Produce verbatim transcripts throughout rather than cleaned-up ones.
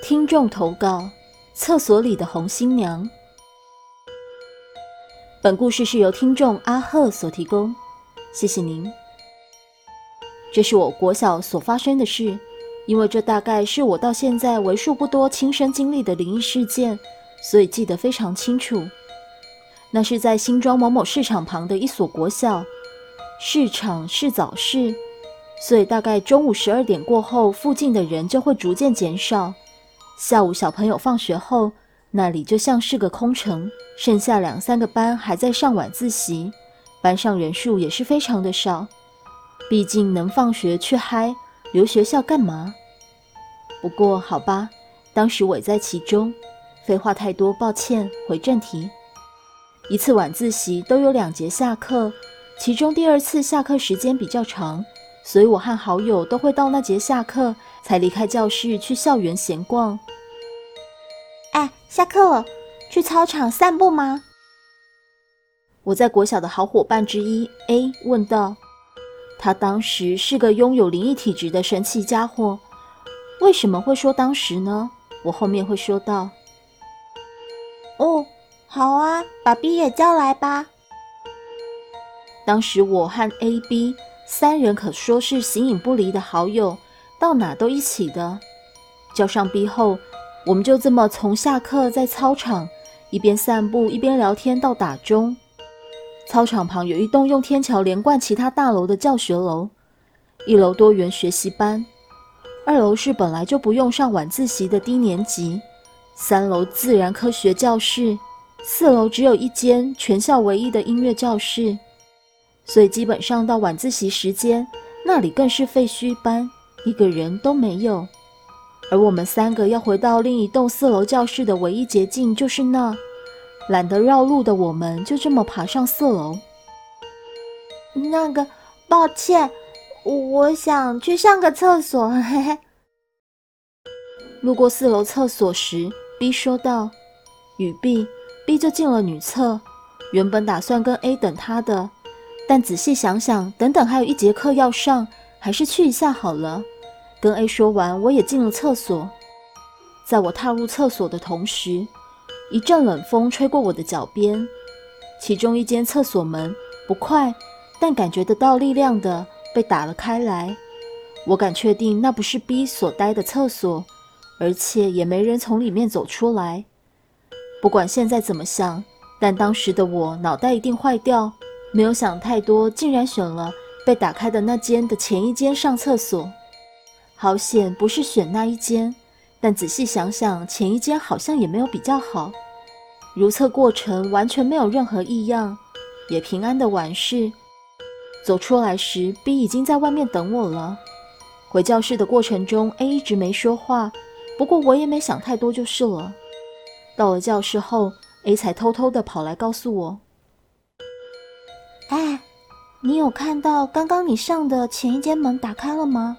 听众投稿：厕所里的红新娘。本故事是由听众阿赫所提供，谢谢您。这是我国小所发生的事，因为这大概是我到现在为数不多亲身经历的灵异事件，所以记得非常清楚。那是在新庄某某市场旁的一所国小，市场是早市，所以大概中午十二点过后，附近的人就会逐渐减少。下午小朋友放学后，那里就像是个空城，剩下两三个班还在上晚自习，班上人数也是非常的少。毕竟能放学去嗨，留学校干嘛？不过好吧，当时我也在其中。废话太多，抱歉，回正题。一次晚自习都有两节下课，其中第二次下课时间比较长，所以我和好友都会到那节下课才离开教室去校园闲逛。 哎，下课了，去操场散步吗？ 我在国小的好伙伴之一 A 问道。他当时是个拥有灵异体质的神奇家伙。为什么会说当时呢？我后面会说到。 哦，好啊，把 B 也叫来吧。 当时我和 A、B 三人可说是形影不离的好友，到哪都一起的。叫上 B 后，我们就这么从下课在操场一边散步一边聊天到打钟。操场旁有一栋用天桥连贯其他大楼的教学楼，一楼多元学习班，二楼是本来就不用上晚自习的低年级，三楼自然科学教室，四楼只有一间全校唯一的音乐教室，所以基本上到晚自习时间，那里更是废墟班，一个人都没有。而我们三个要回到另一栋四楼教室的唯一捷径就是那，懒得绕路的我们就这么爬上四楼。 那个，抱歉，我想去上个厕所，嘿嘿。 路过四楼厕所时 ，B 说道。语毕 ，B 就进了女厕。原本打算跟 A 等他的，但仔细想想，等等还有一节课要上，还是去一下好了。跟 A 说完，我也进了厕所。在我踏入厕所的同时，一阵冷风吹过我的脚边，其中一间厕所门不快，但感觉得到力量的被打了开来。我敢确定那不是 B 所待的厕所，而且也没人从里面走出来。不管现在怎么想，但当时的我脑袋一定坏掉，没有想太多，竟然选了被打开的那间的前一间上厕所。好险不是选那一间，但仔细想想，前一间好像也没有比较好。如厕过程完全没有任何异样，也平安的完事。走出来时 B 已经在外面等我了。回教室的过程中 A 一直没说话，不过我也没想太多就是了。到了教室后 A 才偷偷的跑来告诉我。 哎，你有看到刚刚你上的前一间门打开了吗？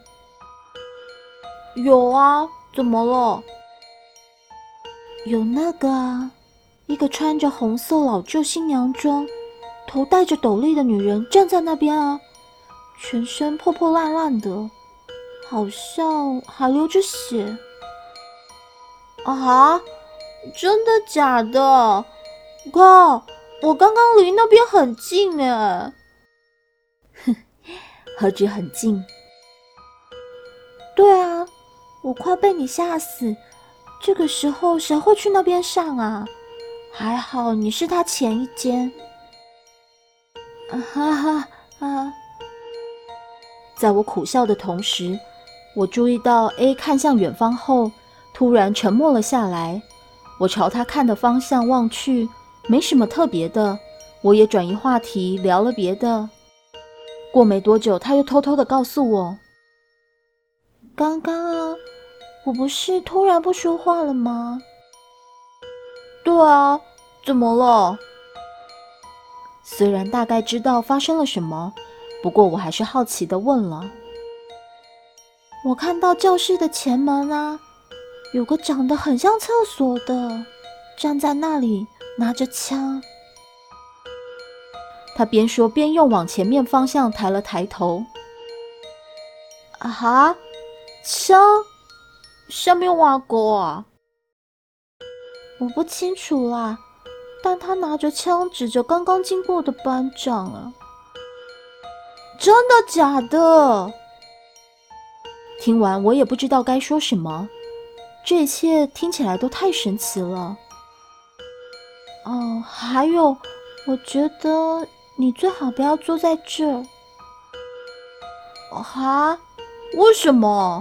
有啊，怎么了？ 有那个啊，一个穿着红色老旧新娘装，头戴着斗笠的女人站在那边啊，全身破破烂烂的，好像还流着血。 啊？真的假的？靠，我刚刚离那边很近耶。哼，何止很近？ 对啊，我快被你吓死。这个时候谁会去那边上啊？还好你是他前一间。 啊哈哈啊！在我苦笑的同时，我注意到 A 看向远方后，突然沉默了下来。我朝他看的方向望去，没什么特别的，我也转移话题聊了别的。过没多久，他又偷偷的告诉我， 刚刚啊，我不是突然不说话了吗？ 对啊，怎么了？虽然大概知道发生了什么，不过我还是好奇的问了。 我看到教室的前门啊，有个长得很像厕所的，站在那里拿着枪。 他边说边又往前面方向抬了抬头。 啊哈，枪？ 下面挖沟啊？ 我不清楚啦，但他拿着枪指着刚刚经过的班长啊。 真的假的？听完我也不知道该说什么，这一切听起来都太神奇了。 哦，还有，我觉得你最好不要坐在这儿。 哈？为什么？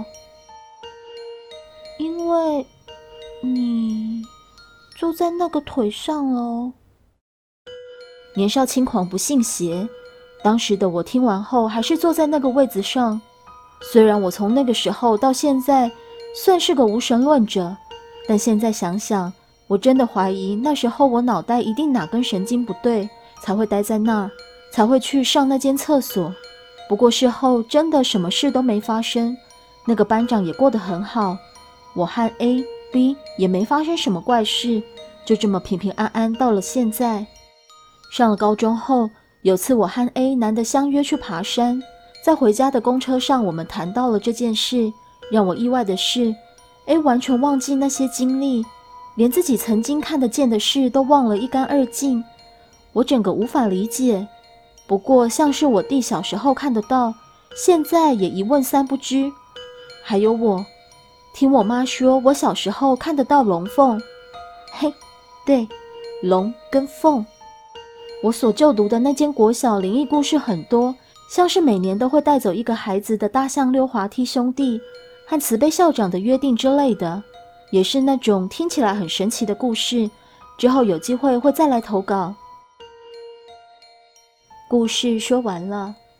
因为你坐在那个腿上喽。 年少轻狂不信邪，当时的我听完后还是坐在那个位子上。虽然我从那个时候到现在算是个无神论者，但现在想想，我真的怀疑那时候我脑袋一定哪根神经不对，才会待在那儿，才会去上那间厕所。不过事后真的什么事都没发生，那个班长也过得很好，我和 A、B 也没发生什么怪事，就这么平平安安到了现在。上了高中后，有次我和 A 难得相约去爬山，在回家的公车上我们谈到了这件事。让我意外的是， A 完全忘记那些经历，连自己曾经看得见的事都忘了一干二净。我整个无法理解，不过像是我弟小时候看得到，现在也一问三不知。还有我，听我妈说我小时候看得到龙凤。嘿，对，龙跟凤。我所就读的那间国小灵异故事很多，像是每年都会带走一个孩子的大象溜滑梯兄弟和慈悲校长的约定之类的，也是那种听起来很神奇的故事。之后有机会会再来投稿。故事说完了。